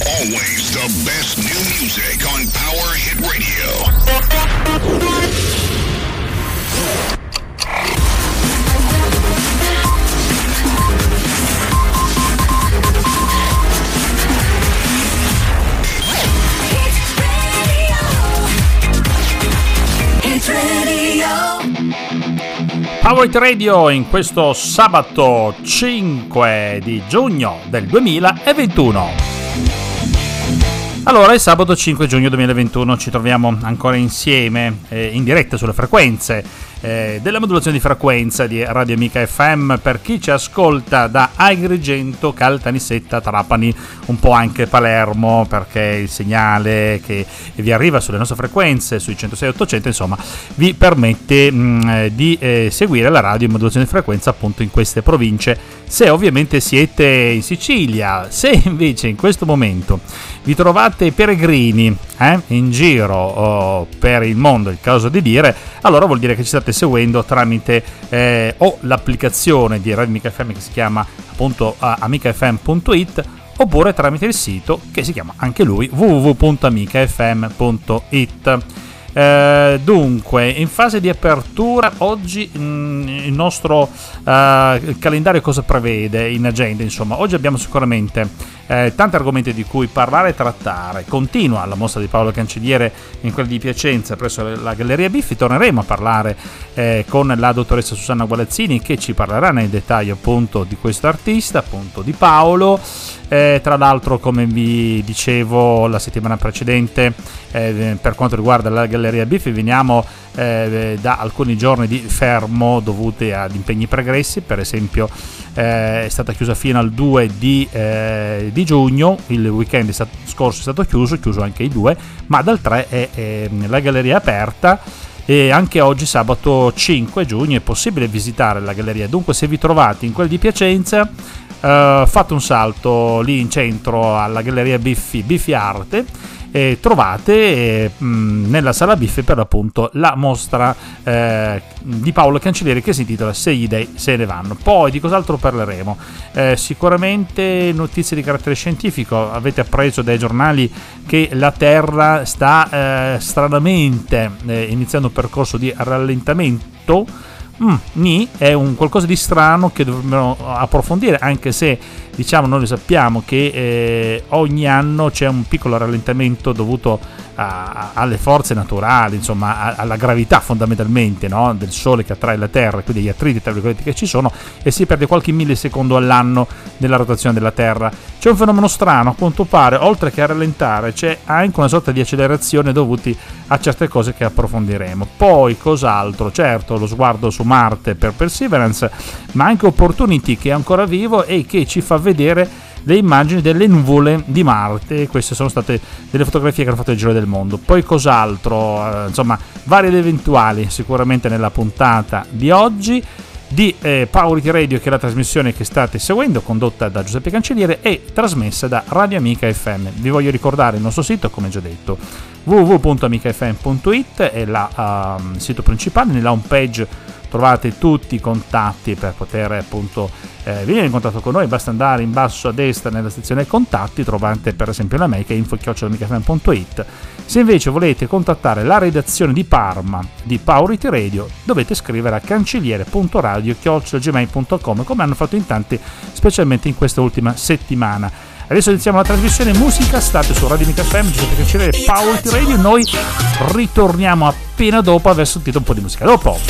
Always the best new music on Power Hit Radio. Power Hit Radio in questo sabato 5 di giugno del 2021. Allora, è sabato 5 giugno 2021, ci troviamo ancora insieme in diretta sulle frequenze della modulazione di frequenza di Radio Amica FM per chi ci ascolta da Agrigento, Caltanissetta, Trapani, un po' anche Palermo, perché il segnale che vi arriva sulle nostre frequenze, sui 106-800, insomma, vi permette di seguire la radio in modulazione di frequenza appunto in queste province, se ovviamente siete in Sicilia. Se invece in questo momento vi trovate peregrini in giro per il mondo, è il caso di dire, allora vuol dire che ci state seguendo tramite o l'applicazione di Radio Amica FM che si chiama appunto amicafm.it, oppure tramite il sito che si chiama anche lui www.amicafm.it. Dunque, in fase di apertura oggi il nostro calendario cosa prevede in agenda? Insomma, oggi abbiamo sicuramente tanti argomenti di cui parlare e trattare. Continua la mostra di Paolo Cancelliere in quella di Piacenza presso la Galleria Biffi. Torneremo a parlare con la dottoressa Susanna Gualazzini, che ci parlerà nel dettaglio appunto di questo artista, appunto di Paolo. Tra l'altro, come vi dicevo la settimana precedente, per quanto riguarda la Galleria Biffi, veniamo da alcuni giorni di fermo dovuti ad impegni pregressi. Per esempio è stata chiusa fino al 2 di giugno, il weekend scorso è stato chiuso anche il 2, ma dal 3 è la galleria aperta. E anche oggi, sabato 5 giugno, è possibile visitare la galleria. Dunque, se vi trovate in quel di Piacenza, fate un salto lì in centro alla Galleria Biffi Arte e trovate nella sala Biffi per l'appunto la mostra di Paolo Cancelliere, che si intitola Se gli dei se ne vanno. Poi di cos'altro parleremo? Sicuramente notizie di carattere scientifico. Avete appreso dai giornali che la Terra sta stranamente iniziando un percorso di rallentamento. È un qualcosa di strano che dovremmo approfondire, anche se diciamo noi lo sappiamo che ogni anno c'è un piccolo rallentamento dovuto alle forze naturali, insomma alla gravità fondamentalmente, no? Del Sole che attrae la Terra, quindi gli attriti tra virgolette che ci sono, e si perde qualche millisecondo all'anno nella rotazione della Terra. C'è un fenomeno strano, a quanto pare, oltre che a rallentare c'è anche una sorta di accelerazione dovuti a certe cose che approfondiremo. Poi cos'altro? Certo, lo sguardo su Marte per Perseverance, ma anche Opportunity, che è ancora vivo e che ci fa vedere le immagini delle nuvole di Marte. Queste sono state delle fotografie che hanno fatto il giro del mondo. Poi cos'altro? Insomma, vari ed eventuali sicuramente nella puntata di oggi di Power Hit Radio, che è la trasmissione che state seguendo, condotta da Giuseppe Cancelliere e trasmessa da Radio Amica FM. Vi voglio ricordare il nostro sito, come già detto, www.amicafm.it è il sito principale. Nella home page trovate tutti i contatti per poter appunto venire in contatto con noi. Basta andare in basso a destra nella sezione contatti, trovate per esempio la mail che è info@amicafm.it. Se invece volete contattare la redazione di Parma di Power Hit Radio, dovete scrivere a cancelliere.radio@gmail.com, come hanno fatto in tanti, specialmente in questa ultima settimana. Adesso iniziamo la trasmissione musica, state su Radio Amica FM, Giuseppe Cancelliere, Power Hit Radio. Noi ritorniamo appena dopo aver sentito un po' di musica. Dopo.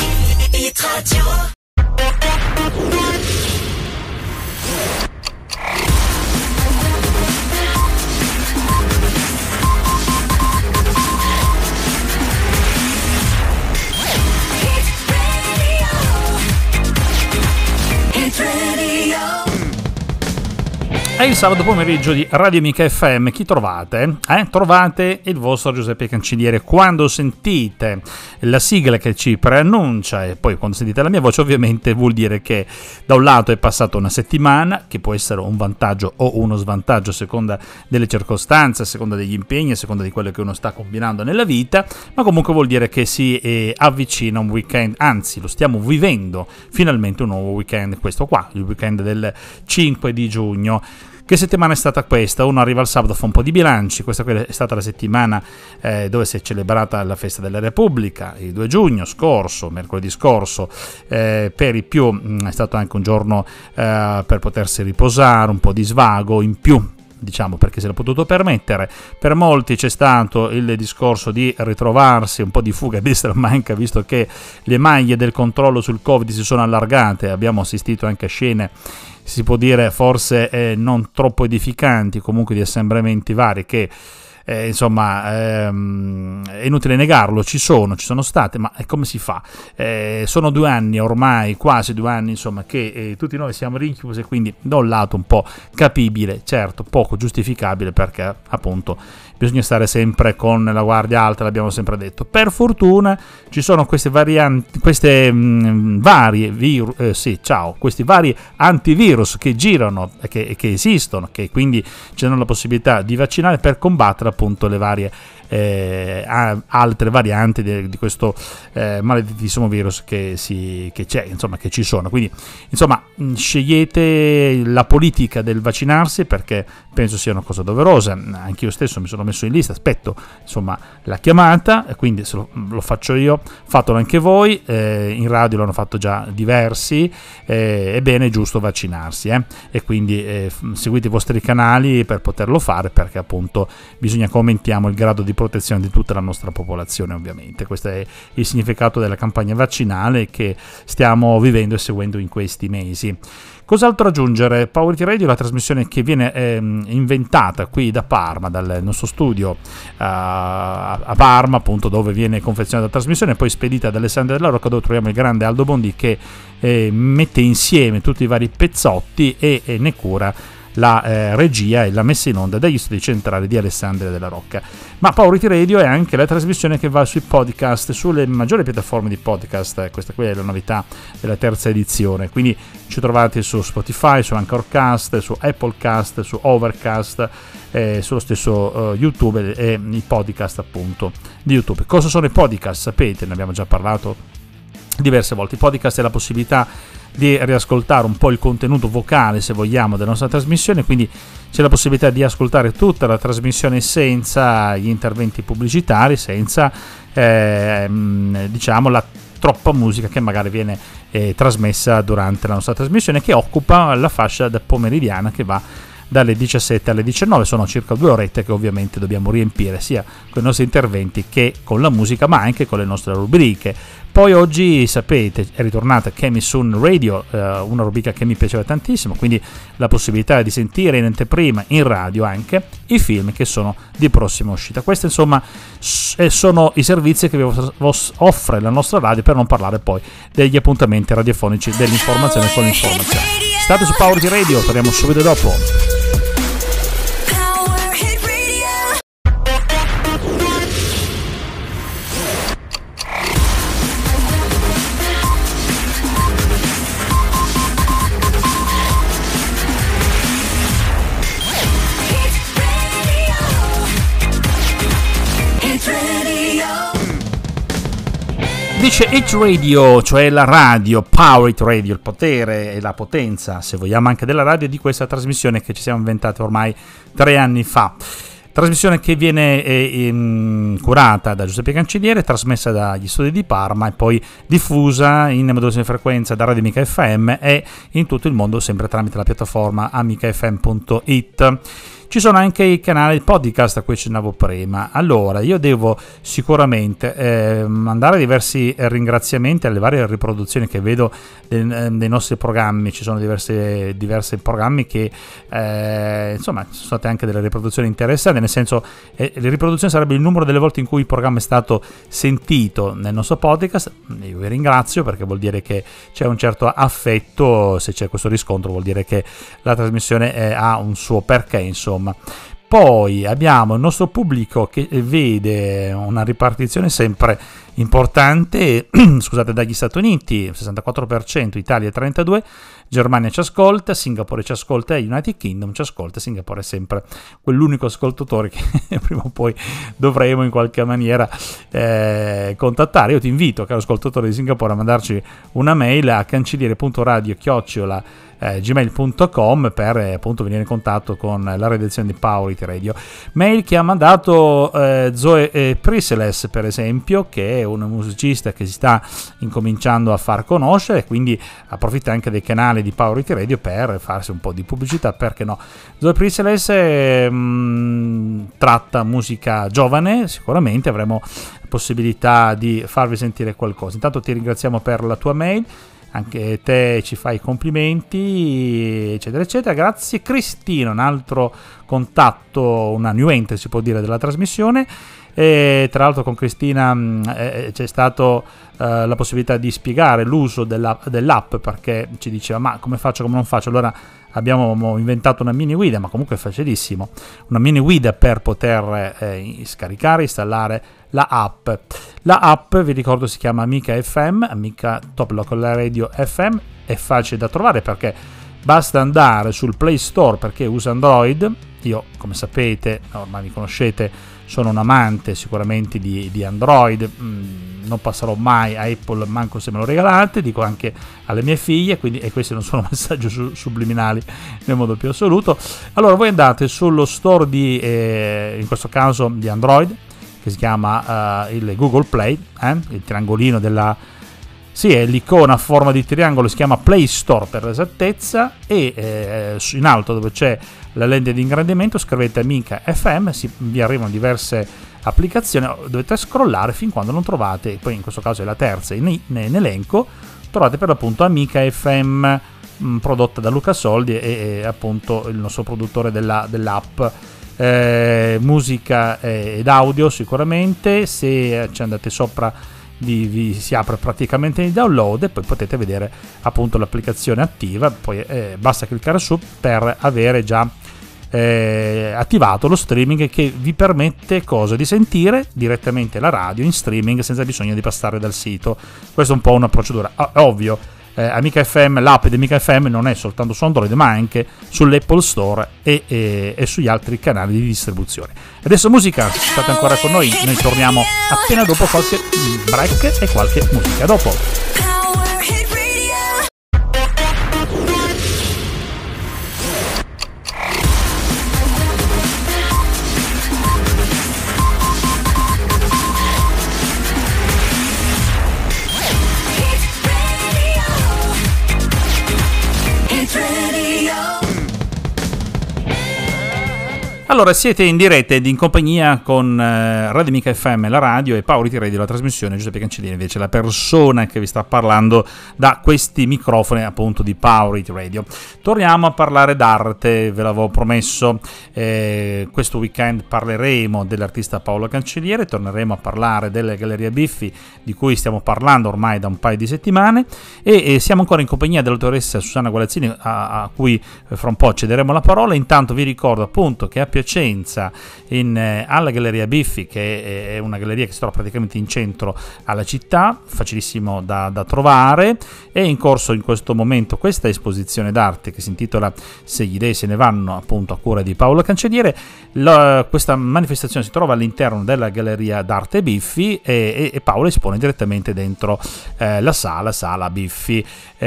È il sabato pomeriggio di Radio Amica FM. Chi trovate? Trovate il vostro Giuseppe Cancelliere. Quando sentite la sigla che ci preannuncia e poi quando sentite la mia voce, ovviamente vuol dire che da un lato è passata una settimana, che può essere un vantaggio o uno svantaggio a seconda delle circostanze, a seconda degli impegni, a seconda di quello che uno sta combinando nella vita, ma comunque vuol dire che si avvicina un weekend, anzi lo stiamo vivendo finalmente un nuovo weekend, questo qua, il weekend del 5 di giugno. Che settimana è stata questa? Uno arriva il sabato, fa un po' di bilanci. Questa è stata la settimana dove si è celebrata la festa della Repubblica, il 2 giugno scorso, mercoledì scorso. Per i più è stato anche un giorno per potersi riposare, un po' di svago in più, diciamo, perché se l'ha potuto permettere. Per molti c'è stato il discorso di ritrovarsi, un po' di fuga a destra e a manca, visto che le maglie del controllo sul Covid si sono allargate. Abbiamo assistito anche a scene, si può dire forse non troppo edificanti, comunque di assembramenti vari che insomma è inutile negarlo, ci sono state, ma come si fa? Sono 2 anni ormai, quasi 2 anni, insomma, che tutti noi siamo rinchiusi, e quindi da un lato un po' capibile, certo poco giustificabile, perché appunto bisogna stare sempre con la guardia alta, l'abbiamo sempre detto. Per fortuna ci sono queste varianti, questi vari antivirus che girano, che esistono, che quindi ci danno la possibilità di vaccinare per combattere appunto le varie altre varianti di questo maledettissimo virus che c'è, insomma, che ci sono. Quindi insomma, scegliete la politica del vaccinarsi, perché penso sia una cosa doverosa. Anch'io stesso mi sono messo in lista, aspetto insomma la chiamata, quindi se lo faccio io, fatelo anche voi. In radio l'hanno fatto già diversi, ebbene è giusto vaccinarsi, e quindi seguite i vostri canali per poterlo fare, perché appunto bisogna che aumentiamo il grado di protezione di tutta la nostra popolazione, ovviamente. Questo è il significato della campagna vaccinale che stiamo vivendo e seguendo in questi mesi. Cos'altro aggiungere? Power It Radio, la trasmissione che viene inventata qui da Parma, dal nostro studio a Parma, appunto, dove viene confezionata la trasmissione, poi spedita da Alessandria della Rocca, dove troviamo il grande Aldo Bondi che mette insieme tutti i vari pezzotti e ne cura la regia e la messa in onda dagli studi centrali di Alessandria della Rocca. Ma Power It Radio è anche la trasmissione che va sui podcast, sulle maggiori piattaforme di podcast. Questa qui è la novità della terza edizione, quindi ci trovate su Spotify, su Anchorcast, su Applecast, su Overcast, sullo stesso YouTube e i podcast appunto di YouTube. Cosa sono i podcast? Sapete, ne abbiamo già parlato diverse volte. I podcast è la possibilità di riascoltare un po' il contenuto vocale, se vogliamo, della nostra trasmissione, quindi c'è la possibilità di ascoltare tutta la trasmissione senza gli interventi pubblicitari, senza diciamo la troppa musica che magari viene trasmessa durante la nostra trasmissione, che occupa la fascia pomeridiana che va dalle 17 alle 19. Sono circa 2 orette che ovviamente dobbiamo riempire sia con i nostri interventi che con la musica, ma anche con le nostre rubriche. Poi oggi, sapete, è ritornata Coming Soon Radio, una rubrica che mi piaceva tantissimo, quindi la possibilità di sentire in anteprima, in radio anche, i film che sono di prossima uscita. Questi insomma sono i servizi che vi offre la nostra radio, per non parlare poi degli appuntamenti radiofonici dell'informazione con l'informazione. State su Power It Radio, torniamo subito dopo. Dice It Radio, cioè la radio, Power It Radio, il potere e la potenza, se vogliamo, anche della radio, di questa trasmissione che ci siamo inventati ormai 3 anni fa. Trasmissione che viene curata da Giuseppe Cancelliere, trasmessa dagli studi di Parma e poi diffusa in modulazione di frequenza da Radio Amica FM e in tutto il mondo, sempre tramite la piattaforma amicafm.it. Ci sono anche i canali podcast a cui accennavo prima. Allora, io devo sicuramente mandare diversi ringraziamenti alle varie riproduzioni che vedo dei nostri programmi. Ci sono diversi programmi che insomma sono state anche delle riproduzioni interessanti, nel senso le riproduzioni sarebbe il numero delle volte in cui il programma è stato sentito nel nostro podcast. Io vi ringrazio, perché vuol dire che c'è un certo affetto. Se c'è questo riscontro vuol dire che la trasmissione ha un suo perché, insomma. Poi abbiamo il nostro pubblico che vede una ripartizione sempre importante, scusate, dagli Stati Uniti 64%, Italia 32%, Germania ci ascolta, Singapore ci ascolta e United Kingdom ci ascolta. Singapore è sempre quell'unico ascoltatore che prima o poi dovremo in qualche maniera contattare. Io ti invito, caro ascoltatore di Singapore, a mandarci una mail a cancelliere.radio@ gmail.com per appunto venire in contatto con la redazione di Power It Radio. Mail che ha mandato Zoe Priseles, per esempio, che è una musicista che si sta incominciando a far conoscere, quindi approfitta anche dei canali di Power It Radio per farsi un po' di pubblicità, perché no. Zoe Priseles tratta musica giovane, sicuramente avremo possibilità di farvi sentire qualcosa. Intanto ti ringraziamo per la tua mail, anche te ci fai i complimenti, eccetera eccetera. Grazie Cristina, un altro contatto, una new entry si può dire della trasmissione. E tra l'altro con Cristina c'è stato la possibilità di spiegare l'uso dell'app, perché ci diceva ma come faccio, come non faccio. Allora abbiamo inventato una mini guida, ma comunque è facilissimo, una mini guida per poter scaricare e installare la app, vi ricordo, si chiama Amica FM, Amica Top Local Radio FM. È facile da trovare perché basta andare sul Play Store, perché usa Android. Io, come sapete, ormai mi conoscete, sono un amante sicuramente di Android, non passerò mai a Apple manco se me lo regalate, dico anche alle mie figlie, quindi, e questi non sono messaggi subliminali nel modo più assoluto. Allora voi andate sullo store in questo caso di Android, che si chiama il Google Play, il triangolino sì, è l'icona a forma di triangolo, si chiama Play Store per l'esattezza, e in alto dove c'è la lente di ingrandimento scrivete Amica FM, vi arrivano diverse applicazioni, dovete scrollare fin quando non trovate, poi in questo caso è la terza in elenco, trovate per l'appunto Amica FM, prodotta da Luca Soldi e appunto il nostro produttore dell'app. Musica ed audio sicuramente, se ci andate sopra vi si apre praticamente il download e poi potete vedere appunto l'applicazione attiva, poi basta cliccare su per avere già attivato lo streaming, che vi permette di sentire direttamente la radio in streaming senza bisogno di passare dal sito. Questa è un po' una procedura, ovvio. Amica FM, l'app di Amica FM non è soltanto su Android ma anche sull'Apple Store e sugli altri canali di distribuzione. Adesso musica, state ancora con noi torniamo appena dopo qualche break e qualche musica. Dopo. Allora, siete in diretta ed in compagnia con Radio Amica FM, la radio, e Power It Radio, la trasmissione. Giuseppe Cancellieri invece la persona che vi sta parlando da questi microfoni appunto di Power It Radio. Torniamo a parlare d'arte, ve l'avevo promesso, questo weekend parleremo dell'artista Paolo Cancellieri, torneremo a parlare della Galleria Biffi di cui stiamo parlando ormai da un paio di settimane, e siamo ancora in compagnia dell'autoressa Susanna Gualazzini a cui fra un po' cederemo la parola. Intanto vi ricordo appunto che a Piacenza alla Galleria Biffi, che è una galleria che si trova praticamente in centro alla città, facilissimo da trovare, è in corso in questo momento questa esposizione d'arte che si intitola Se gli dei se ne vanno, appunto a cura di Paolo Cancelliere. Questa manifestazione si trova all'interno della Galleria d'Arte Biffi e Paolo espone direttamente dentro la sala Biffi.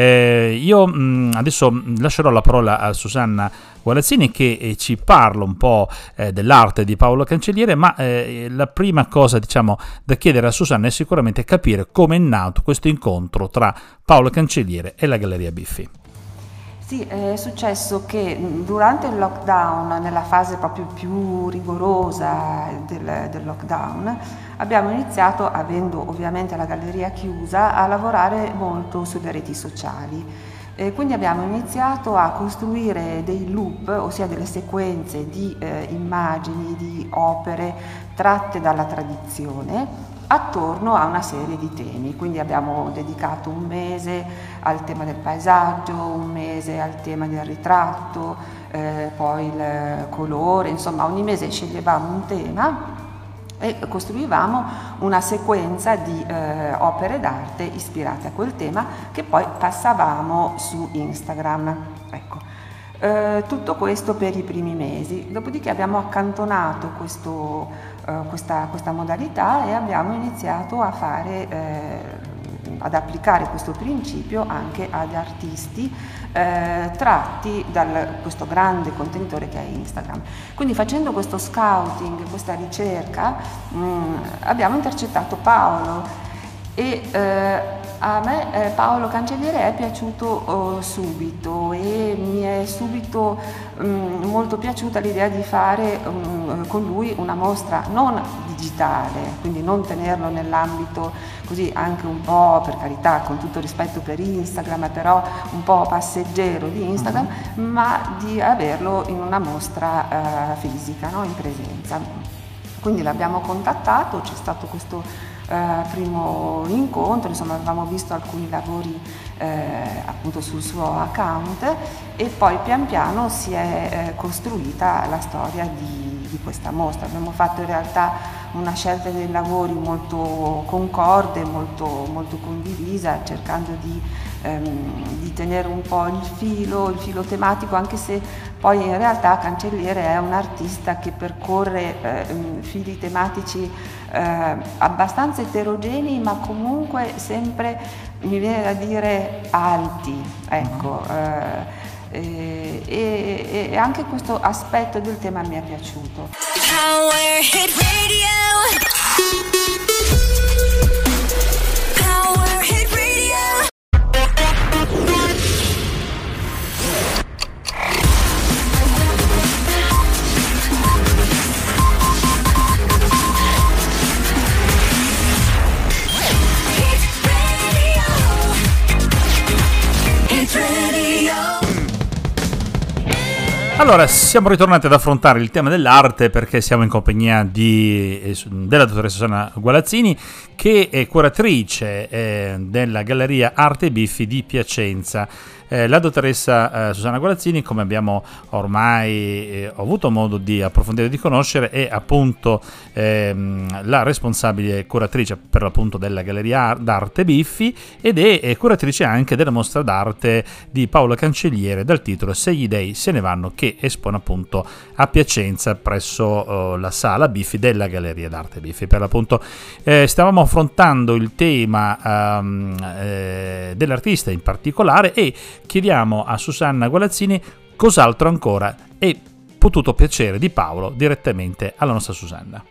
Io adesso lascerò la parola a Susanna Gualazzini che ci parla un po' dell'arte di Paolo Cancelliere, ma la prima cosa da chiedere a Susanna è sicuramente capire come è nato questo incontro tra Paolo Cancelliere e la Galleria Biffi. Sì, è successo che durante il lockdown, nella fase proprio più rigorosa del lockdown, abbiamo iniziato, avendo ovviamente la galleria chiusa, a lavorare molto sulle reti sociali. Quindi abbiamo iniziato a costruire dei loop, ossia delle sequenze di immagini, di opere tratte dalla tradizione, attorno a una serie di temi. Quindi abbiamo dedicato un mese al tema del paesaggio, un mese al tema del ritratto, poi il colore, insomma ogni mese sceglievamo un tema e costruivamo una sequenza di opere d'arte ispirate a quel tema che poi passavamo su Instagram. Ecco. Tutto questo per i primi mesi, dopodiché abbiamo accantonato questa modalità e abbiamo iniziato a fare ad applicare questo principio anche ad artisti tratti da questo grande contenitore che è Instagram. Quindi facendo questo scouting, questa ricerca, abbiamo intercettato Paolo e a me Paolo Cancelliere è piaciuto subito e mi è subito molto piaciuta l'idea di fare con lui una mostra non digitale, quindi non tenerlo nell'ambito così anche un po', per carità, con tutto rispetto per Instagram, però un po' passeggero di Instagram, ma di averlo in una mostra fisica, no? In presenza. Quindi l'abbiamo contattato, c'è stato questo primo incontro, insomma avevamo visto alcuni lavori appunto sul suo account e poi pian piano si è costruita la storia di questa mostra. Abbiamo fatto in realtà una scelta dei lavori molto concorde, molto condivisa, cercando di tenere un po' il filo tematico, anche se poi in realtà Cancelliere è un artista che percorre fili tematici abbastanza eterogenei, ma comunque sempre, mi viene da dire, alti, ecco. E anche questo aspetto del tema mi è piaciuto. Power Hit Radio. Power Hit Radio. Allora, siamo ritornati ad affrontare il tema dell'arte perché siamo in compagnia della dottoressa Susanna Gualazzini, che è curatrice della Galleria Arte Biffi di Piacenza. La dottoressa Susanna Gualazzini, come abbiamo ormai ho avuto modo di approfondire e di conoscere, è appunto la responsabile curatrice per l'appunto della Galleria d'Arte Biffi ed è curatrice anche della mostra d'arte di Paolo Cancelliere dal titolo Se gli dei se ne vanno, che espone appunto a Piacenza presso la sala Biffi della Galleria d'Arte Biffi. Per l'appunto stavamo affrontando il tema dell'artista in particolare e chiediamo a Susanna Gualazzini cos'altro ancora è potuto piacere di Paolo direttamente alla nostra Susanna.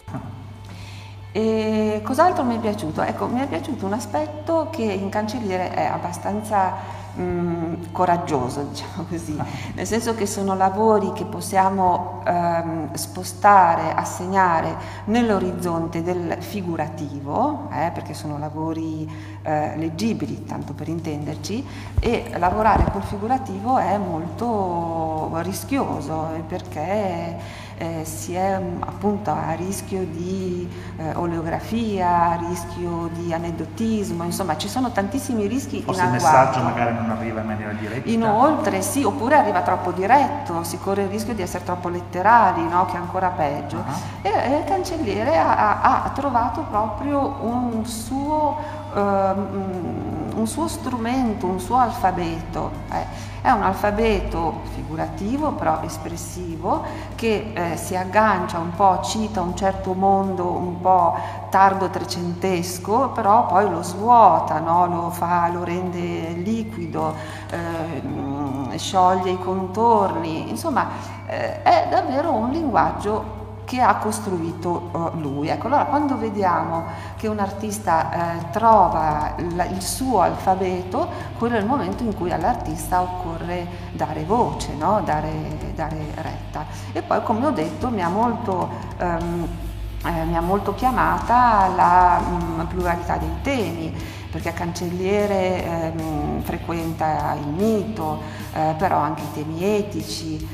E cos'altro mi è piaciuto? Ecco, mi è piaciuto un aspetto che in Cancelliere è abbastanza coraggioso, diciamo così, nel senso che sono lavori che possiamo spostare, assegnare nell'orizzonte del figurativo, perché sono lavori leggibili, tanto per intenderci, e lavorare col figurativo è molto rischioso perché si è appunto a rischio di oleografia, a rischio di aneddotismo, insomma ci sono tantissimi rischi. Forse il messaggio magari non arriva in maniera diretta. Inoltre sì, oppure arriva troppo diretto, si corre il rischio di essere troppo letterali, no? Che è ancora peggio. E Cancelliere ha trovato proprio un suo strumento, un suo alfabeto. È un alfabeto figurativo, però espressivo, che si aggancia un po', cita un certo mondo un po' tardo trecentesco, però poi lo svuota, no? Lo rende liquido, scioglie i contorni, insomma è davvero un linguaggio che ha costruito lui. Ecco, allora quando vediamo che un artista trova il suo alfabeto, quello è il momento in cui all'artista occorre dare voce, no? dare retta. E poi, come ho detto, mi ha molto chiamata la pluralità dei temi, perché Cancelliere frequenta il mito, però anche i temi etici,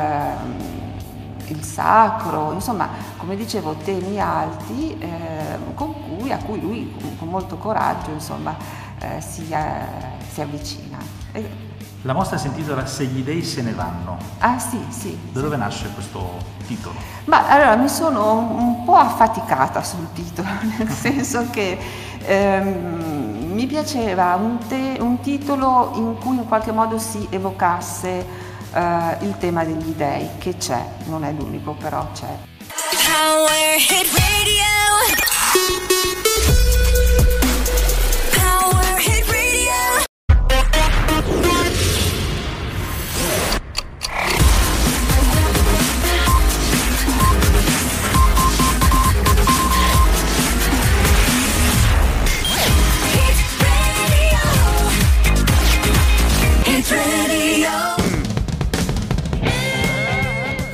il sacro, insomma, come dicevo, temi alti a cui lui con molto coraggio, insomma, si avvicina. La mostra si intitola Se gli dei se ne vanno. Ah sì. Da dove nasce questo titolo? Ma allora mi sono un po' affaticata sul titolo, nel senso che mi piaceva un titolo in cui in qualche modo si evocasse il tema degli dei, che c'è, non è l'unico, però c'è. Power Hit Radio. Power Hit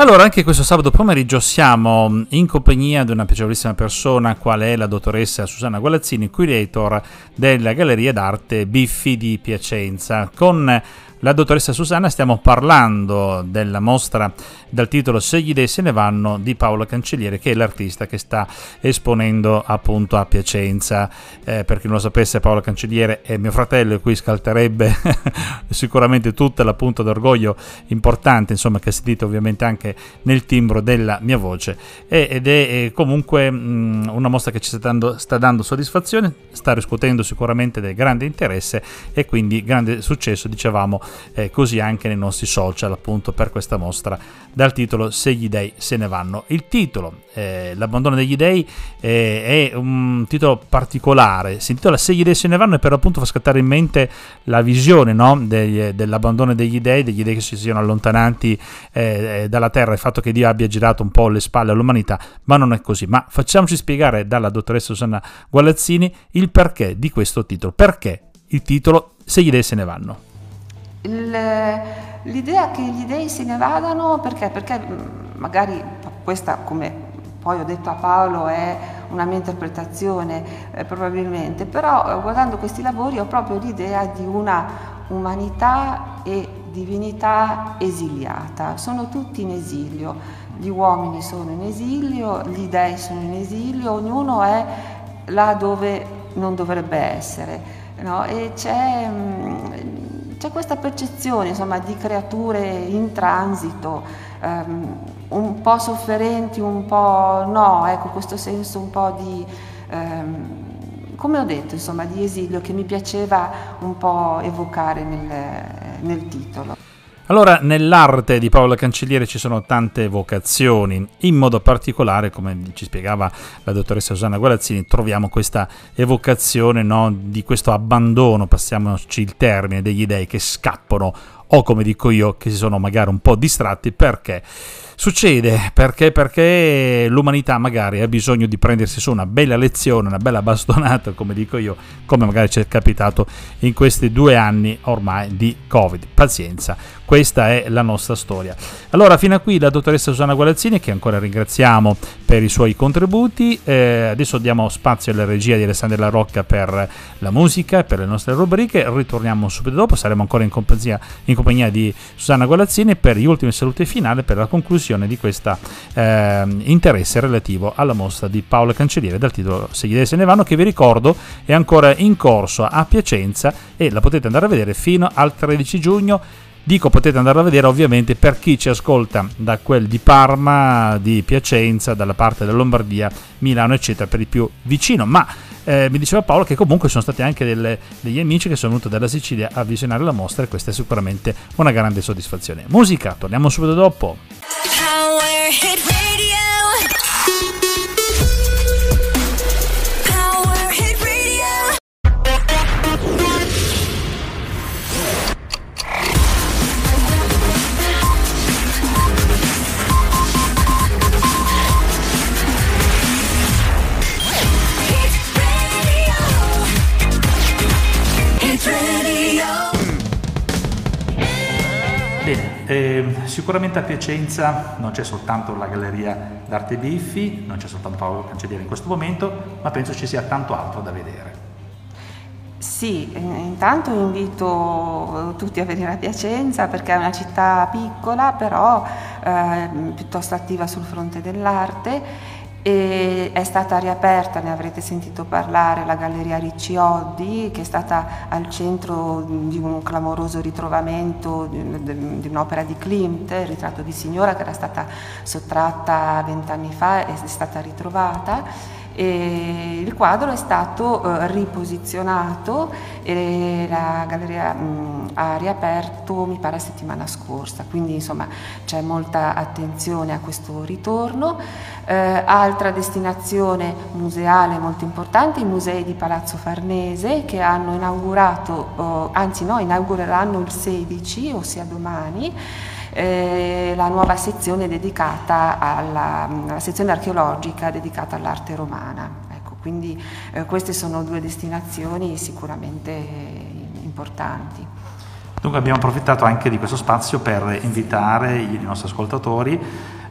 Allora, anche questo sabato pomeriggio siamo in compagnia di una piacevolissima persona, qual è la dottoressa Susanna Gualazzini, curator della Galleria d'Arte Biffi di Piacenza. Con la dottoressa Susanna stiamo parlando della mostra dal titolo Se gli dei se ne vanno di Paolo Cancelliere, che è l'artista che sta esponendo appunto a Piacenza. Per chi non lo sapesse, Paolo Cancelliere è mio fratello, e qui scalterebbe sicuramente tutta la punta d'orgoglio importante, insomma, che sentite ovviamente anche nel timbro della mia voce, ed è comunque una mostra che ci sta dando soddisfazione, sta riscuotendo sicuramente del grande interesse e quindi grande successo, dicevamo, così anche nei nostri social, appunto, per questa mostra dal titolo Se gli dei se ne vanno. Il titolo, l'abbandono degli dei, è un titolo particolare, si intitola Se gli dei se ne vanno, e per appunto fa scattare in mente la visione, no? Dell'abbandono degli dei che si siano allontanati dalla terra, il fatto che Dio abbia girato un po' le spalle all'umanità, ma non è così. Ma facciamoci spiegare dalla dottoressa Susanna Gualazzini il perché di questo titolo, perché il titolo Se gli dei se ne vanno. L'idea che gli dei se ne vadano, perché magari questa, come poi ho detto a Paolo, è una mia interpretazione probabilmente, però guardando questi lavori ho proprio l'idea di una umanità e divinità esiliata. Sono tutti in esilio, gli uomini sono in esilio, gli dei sono in esilio, ognuno è là dove non dovrebbe essere, no? E c'è questa percezione, insomma, di creature in transito, un po' sofferenti, un po' no, ecco, questo senso un po' di, come ho detto, insomma, di esilio, che mi piaceva un po' evocare nel titolo. Allora, nell'arte di Paolo Cancelliere ci sono tante vocazioni, in modo particolare, come ci spiegava la dottoressa Susanna Gualazzini, troviamo questa evocazione, no, di questo abbandono, passiamoci il termine, degli dei che scappano, o come dico io, che si sono magari un po' distratti. Perché? Succede perché l'umanità magari ha bisogno di prendersi su una bella lezione, una bella bastonata, come dico io, come magari ci è capitato in questi 2 anni ormai di Covid. Pazienza, questa è la nostra storia. Allora, fino a qui la dottoressa Susanna Gualazzini, che ancora ringraziamo per i suoi contributi. Adesso diamo spazio alla regia di Alessandro La Rocca per la musica e per le nostre rubriche. Ritorniamo subito dopo, saremo ancora in compagnia di Susanna Gualazzini per gli ultimi saluti finali, per la conclusione di questo interesse relativo alla mostra di Paolo Cancelliere dal titolo Se gli dei se ne vanno, che vi ricordo è ancora in corso a Piacenza e la potete andare a vedere fino al 13 giugno. Dico potete andare a vedere ovviamente per chi ci ascolta da quel di Parma, di Piacenza, dalla parte della Lombardia, Milano eccetera, per il più vicino, ma mi diceva Paolo che comunque sono stati anche degli amici che sono venuti dalla Sicilia a visionare la mostra, e questa è sicuramente una grande soddisfazione. Musica, torniamo subito dopo. Power Hit Radio. Power Hit Radio. Hit Radio. Bene, sicuramente a Piacenza non c'è soltanto la Galleria d'Arte Biffi, non c'è soltanto Paolo Cancelliere in questo momento, ma penso ci sia tanto altro da vedere. Sì, intanto invito tutti a venire a Piacenza, perché è una città piccola, però piuttosto attiva sul fronte dell'arte. E è stata riaperta, ne avrete sentito parlare, la Galleria Riccioldi, che è stata al centro di un clamoroso ritrovamento di un'opera di Klimt, Il ritratto di signora, che era stata sottratta 20 anni fa e è stata ritrovata. E il quadro è stato riposizionato e la galleria ha riaperto, mi pare, la settimana scorsa, quindi insomma c'è molta attenzione a questo ritorno. Altra destinazione museale molto importante, i musei di Palazzo Farnese, che hanno inaugurato, inaugureranno il 16, ossia domani, la nuova sezione dedicata alla sezione archeologica dedicata all'arte romana. Ecco, quindi queste sono 2 destinazioni sicuramente importanti. Dunque abbiamo approfittato anche di questo spazio per invitare i nostri ascoltatori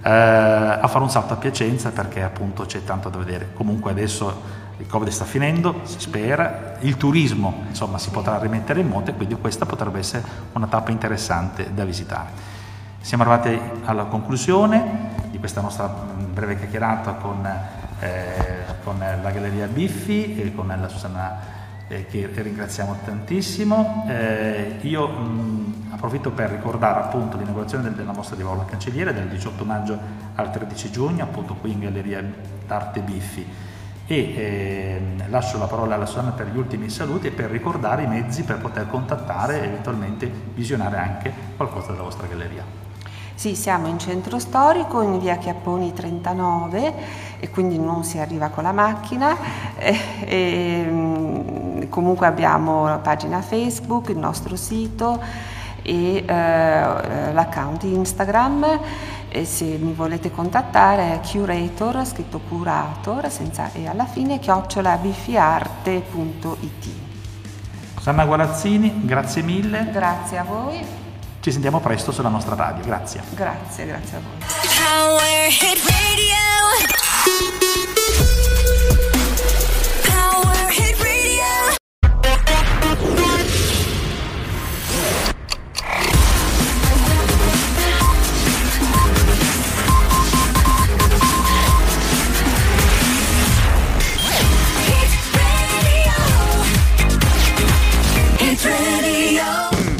a fare un salto a Piacenza, perché appunto c'è tanto da vedere. Comunque adesso il Covid sta finendo, si spera, il turismo insomma si potrà rimettere in moto, e quindi questa potrebbe essere una tappa interessante da visitare. Siamo arrivati alla conclusione di questa nostra breve chiacchierata con la Galleria Biffi e con la Susanna, che ringraziamo tantissimo. Io approfitto per ricordare appunto l'inaugurazione della mostra di Paola Cancelliere del 18 maggio al 13 giugno, appunto qui in Galleria d'Arte Biffi, e lascio la parola alla Susanna per gli ultimi saluti e per ricordare i mezzi per poter contattare e eventualmente visionare anche qualcosa della vostra galleria. Sì, siamo in centro storico, in via Chiapponi 39, e quindi non si arriva con la macchina. Comunque abbiamo la pagina Facebook, il nostro sito e l'account Instagram. E se mi volete contattare è curator, scritto curator, senza e alla fine, @biffiarte.it. Susanna Gualazzini, grazie mille. Grazie a voi. Ci sentiamo presto sulla nostra radio, grazie. Grazie a voi. Power Hit Radio. Power Hit Radio. Hit Radio.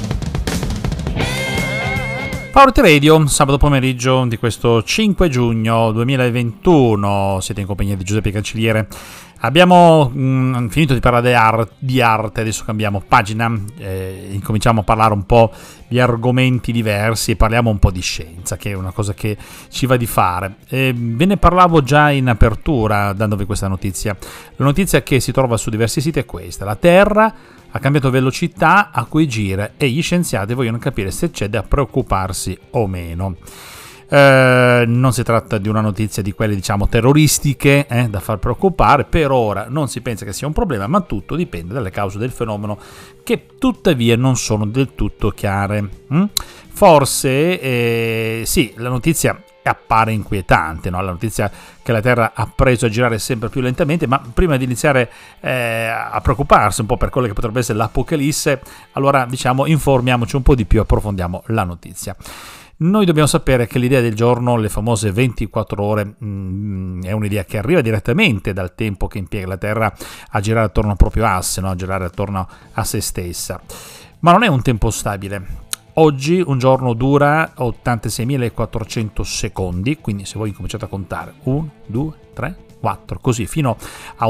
Power Hit Radio, sabato pomeriggio di questo 5 giugno 2021, siete in compagnia di Giuseppe Cancelliere. Abbiamo finito di parlare di arte, adesso cambiamo pagina, incominciamo a parlare un po' di argomenti diversi e parliamo un po' di scienza, che è una cosa che ci va di fare. Ve ne parlavo già in apertura dandovi questa notizia. La notizia che si trova su diversi siti è questa: la Terra ha cambiato velocità a cui gira e gli scienziati vogliono capire se c'è da preoccuparsi o meno. Non si tratta di una notizia di quelle, diciamo, terroristiche da far preoccupare. Per ora non si pensa che sia un problema, ma tutto dipende dalle cause del fenomeno, che tuttavia non sono del tutto chiare. Forse sì, la notizia appare inquietante, no? La notizia che la Terra ha preso a girare sempre più lentamente, ma prima di iniziare a preoccuparsi un po' per quello che potrebbe essere l'apocalisse, allora diciamo informiamoci un po' di più, approfondiamo la notizia. Noi dobbiamo sapere che l'idea del giorno, le famose 24 ore, è un'idea che arriva direttamente dal tempo che impiega la Terra a girare attorno al proprio asse, no? A girare attorno a se stessa, ma non è un tempo stabile. Oggi un giorno dura 86.400 secondi, quindi se voi incominciate a contare 1, 2, 3, 4, così fino a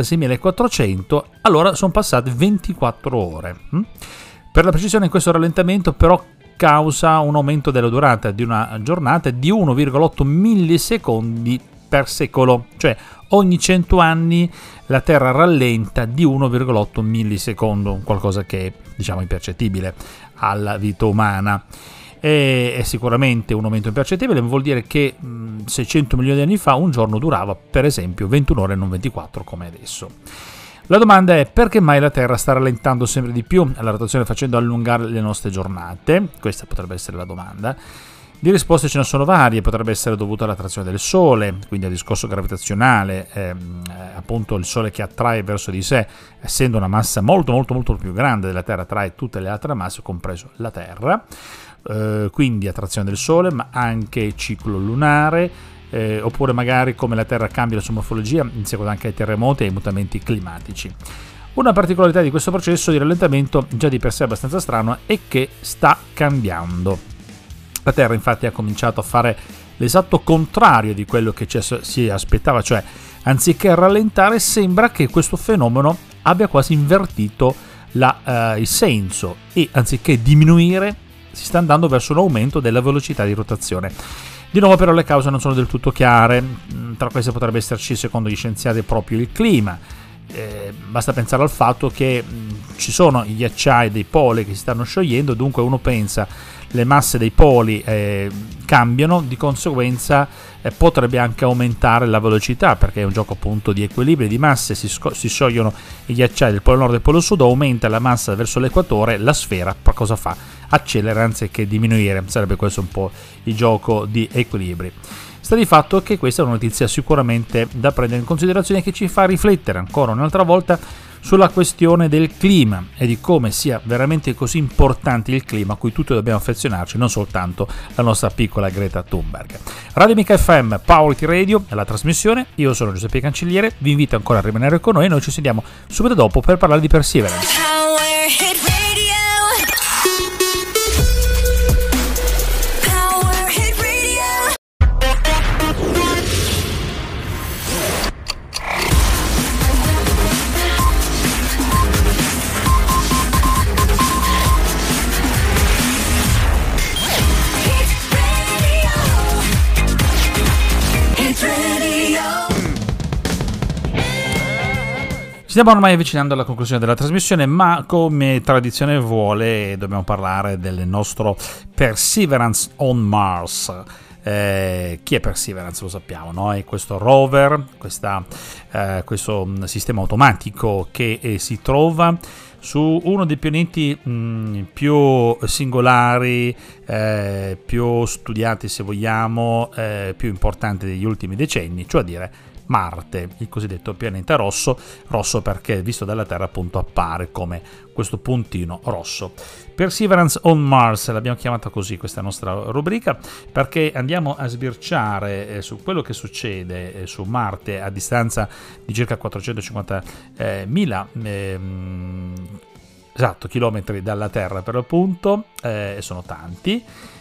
86.400, allora sono passate 24 ore. Per la precisione, questo rallentamento però causa un aumento della durata di una giornata di 1,8 millisecondi per secolo, cioè ogni 100 anni la Terra rallenta di 1,8 millisecondo, qualcosa che è, diciamo, impercettibile alla vita umana. È sicuramente un aumento impercettibile, ma vuol dire che 600 milioni di anni fa un giorno durava per esempio 21 ore e non 24 come adesso. La domanda è: perché mai la Terra sta rallentando sempre di più la rotazione, facendo allungare le nostre giornate? Questa potrebbe essere la domanda. Di risposte ce ne sono varie. Potrebbe essere dovuta all'attrazione del Sole, quindi al discorso gravitazionale, appunto il Sole che attrae verso di sé, essendo una massa molto molto molto più grande della Terra, attrae tutte le altre masse, compreso la Terra, quindi attrazione del Sole, ma anche ciclo lunare, oppure magari come la Terra cambia la sua morfologia in seguito anche ai terremoti e ai mutamenti climatici. Una particolarità di questo processo di rallentamento, già di per sé abbastanza strano, è che sta cambiando. La Terra infatti ha cominciato a fare l'esatto contrario di quello che si aspettava, cioè anziché rallentare sembra che questo fenomeno abbia quasi invertito il senso, e anziché diminuire si sta andando verso un aumento della velocità di rotazione. Di nuovo però le cause non sono del tutto chiare. Tra queste potrebbe esserci, secondo gli scienziati, proprio il clima. Basta pensare al fatto che ci sono i ghiacciai dei poli che si stanno sciogliendo, dunque uno pensa le masse dei poli cambiano, di conseguenza potrebbe anche aumentare la velocità, perché è un gioco appunto di equilibrio di masse. Si sciogliono i ghiacciai del polo nord e del polo sud, aumenta la massa verso l'equatore, la sfera cosa fa? Accelera anziché diminuire. Sarebbe questo un po' il gioco di equilibri. Sta di fatto che questa è una notizia sicuramente da prendere in considerazione, che ci fa riflettere ancora un'altra volta sulla questione del clima e di come sia veramente così importante il clima a cui tutti dobbiamo affezionarci, non soltanto la nostra piccola Greta Thunberg. Radio Amica FM, Power Hit Radio è la trasmissione, io sono Giuseppe Cancelliere, vi invito ancora a rimanere con noi ci sentiamo subito dopo per parlare di Perseverance. Power Hit Radio. Power Hit Radio. Hit Radio. Stiamo ormai avvicinando alla conclusione della trasmissione, ma come tradizione vuole dobbiamo parlare del nostro Perseverance on Mars. Chi è Perseverance? Lo sappiamo, no? È questo rover, questo sistema automatico che si trova su uno dei pianeti più singolari, più studiati se vogliamo, più importanti degli ultimi decenni, cioè a dire Marte, il cosiddetto pianeta rosso perché visto dalla Terra appunto appare come questo puntino rosso. Perseverance on Mars l'abbiamo chiamata così questa nostra rubrica, perché andiamo a sbirciare su quello che succede su Marte a distanza di circa 450.000 chilometri dalla Terra per l'appunto, e sono tanti.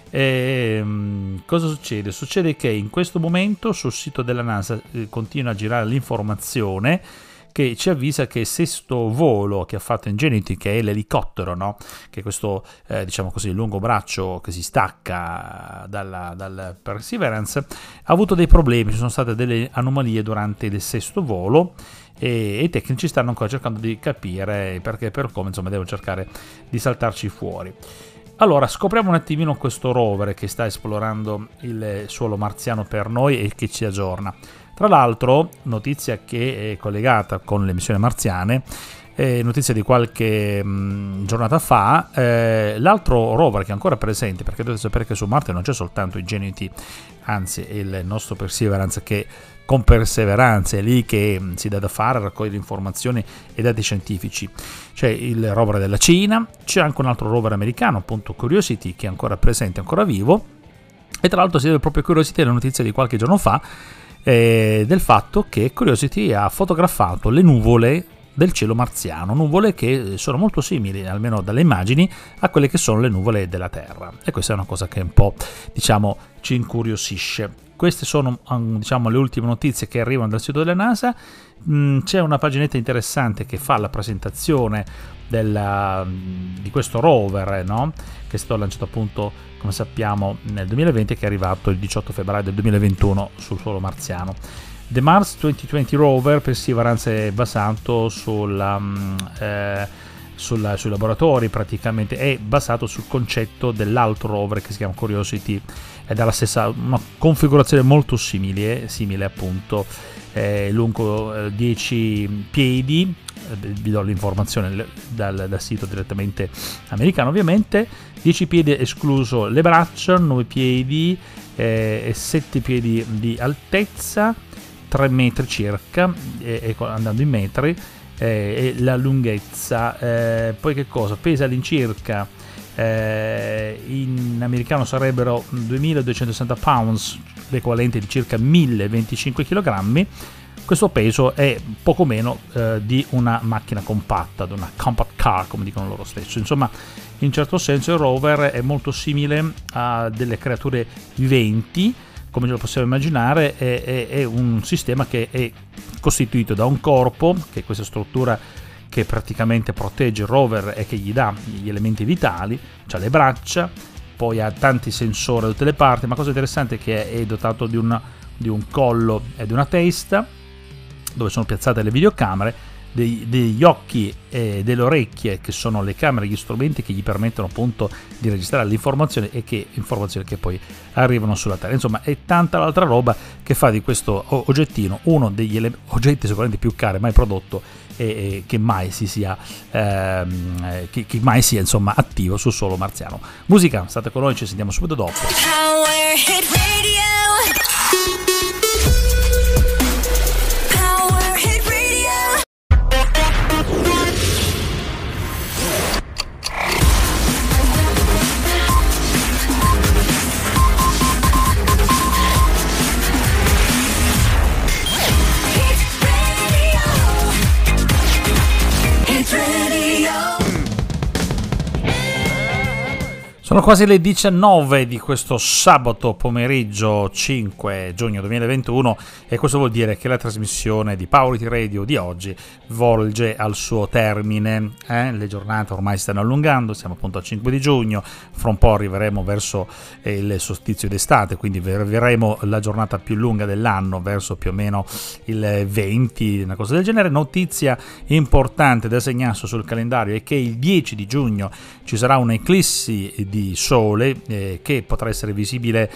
Cosa succede? Succede che in questo momento sul sito della NASA continua a girare l'informazione che ci avvisa che il sesto volo che ha fatto Ingenuity, che è l'elicottero, no? Che è questo diciamo così lungo braccio che si stacca dal Perseverance, ha avuto dei problemi, ci sono state delle anomalie durante il sesto volo e i tecnici stanno ancora cercando di capire perché e per come, insomma devono cercare di saltarci fuori. Allora, scopriamo un attimino questo rover che sta esplorando il suolo marziano per noi e che ci aggiorna. Tra l'altro, notizia che è collegata con le missioni marziane, notizia di qualche giornata fa, l'altro rover che è ancora presente, perché dovete sapere che su Marte non c'è soltanto Ingenuity, anzi il nostro Perseverance che con perseveranza è lì che si dà da fare a raccogliere informazioni e dati scientifici. C'è il rover della Cina, c'è anche un altro rover americano, appunto Curiosity, che è ancora presente, ancora vivo, e tra l'altro si deve proprio a Curiosity la notizia di qualche giorno fa del fatto che Curiosity ha fotografato le nuvole del cielo marziano, nuvole che sono molto simili, almeno dalle immagini, a quelle che sono le nuvole della Terra, e questa è una cosa che un po', diciamo, ci incuriosisce. Queste sono, diciamo, le ultime notizie che arrivano dal sito della NASA. C'è una paginetta interessante che fa la presentazione di questo rover, no? Che è stato lanciato appunto, come sappiamo, nel 2020 e che è arrivato il 18 febbraio del 2021 sul suolo marziano. The Mars 2020 Rover Perseverance è basato sui laboratori, praticamente è basato sul concetto dell'altro rover che si chiama Curiosity, ed ha la stessa, una configurazione molto simile appunto, lungo 10 piedi, vi do l'informazione dal sito direttamente americano ovviamente, 10 piedi escluso le braccia, 9 piedi e 7 piedi di altezza, 3 metri circa, andando in metri, e la lunghezza, poi che cosa? Pesa all'incirca, in americano sarebbero 2260 pounds, l'equivalente di circa 1025 kg. Questo peso è poco meno di una macchina compatta, di una compact car, come dicono loro stessi. Insomma, in certo senso il rover è molto simile a delle creature viventi, come ce lo possiamo immaginare. È un sistema che è costituito da un corpo, che è questa struttura che praticamente protegge il rover e che gli dà gli elementi vitali, c'ha le braccia, poi ha tanti sensori da tutte le parti, ma cosa interessante è che è dotato di un collo e di una testa, dove sono piazzate le videocamere, degli occhi e delle orecchie, che sono le camere e gli strumenti che gli permettono appunto di registrare l'informazione e informazioni che poi arrivano sulla Terra. Insomma, è tanta l'altra roba che fa di questo oggettino uno degli oggetti sicuramente più cari mai prodotto e che mai sia insomma attivo sul suolo marziano. Musica, state con noi, ci sentiamo subito dopo. Power Hit Radio. Sono quasi le 19 di questo sabato pomeriggio 5 giugno 2021 e questo vuol dire che la trasmissione di Power Hit Radio di oggi volge al suo termine. Le giornate ormai stanno allungando, siamo appunto al 5 di giugno, fra un po' arriveremo verso il solstizio d'estate, quindi verremo la giornata più lunga dell'anno, verso più o meno il 20, una cosa del genere. Notizia importante da segnarsi sul calendario è che il 10 di giugno ci sarà un'eclissi di sole che potrà essere visibile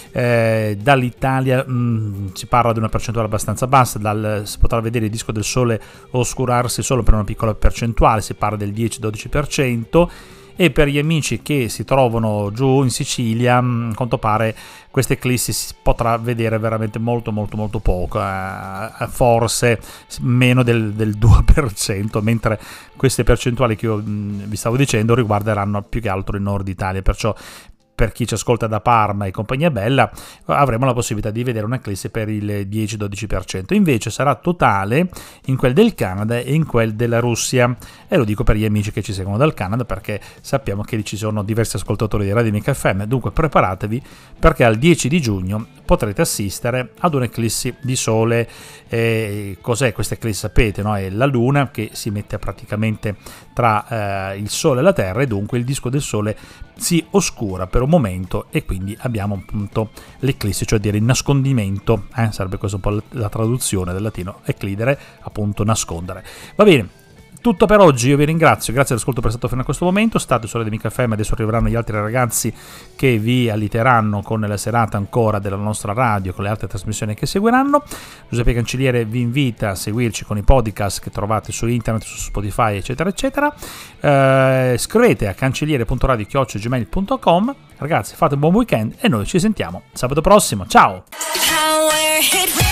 dall'Italia. Si parla di una percentuale abbastanza bassa, si potrà vedere il disco del sole oscurarsi solo per una piccola percentuale, si parla del 10-12%, e per gli amici che si trovano giù in Sicilia, a quanto pare questa eclissi si potrà vedere veramente molto poco, forse meno del 2%, mentre queste percentuali che io vi stavo dicendo riguarderanno più che altro il nord Italia, perciò per chi ci ascolta da Parma e compagnia bella avremo la possibilità di vedere un'eclissi per il 10-12%, invece sarà totale in quel del Canada e in quel della Russia, e lo dico per gli amici che ci seguono dal Canada perché sappiamo che ci sono diversi ascoltatori di Radio Amica FM, dunque preparatevi perché al 10 di giugno potrete assistere ad un'eclissi di sole. Cos'è questa eclissi? Sapete, no? È la luna che si mette praticamente tra il sole e la terra e dunque il disco del sole si oscura per un momento e quindi abbiamo appunto l'eclissi, cioè dire il nascondimento, sarebbe questa un po' la traduzione del latino, eclidere, appunto nascondere. Va bene, tutto per oggi, io vi ringrazio, grazie all'ascolto prestato fino a questo momento, state su Radio Amica FM, adesso arriveranno gli altri ragazzi che vi alliteranno con la serata ancora della nostra radio, con le altre trasmissioni che seguiranno. Giuseppe Cancelliere vi invita a seguirci con i podcast che trovate su internet, su Spotify, eccetera eccetera. Scrivete a cancelliere.radio@gmail.com. Ragazzi, fate un buon weekend e noi ci sentiamo sabato prossimo, ciao! Power Hit Radio.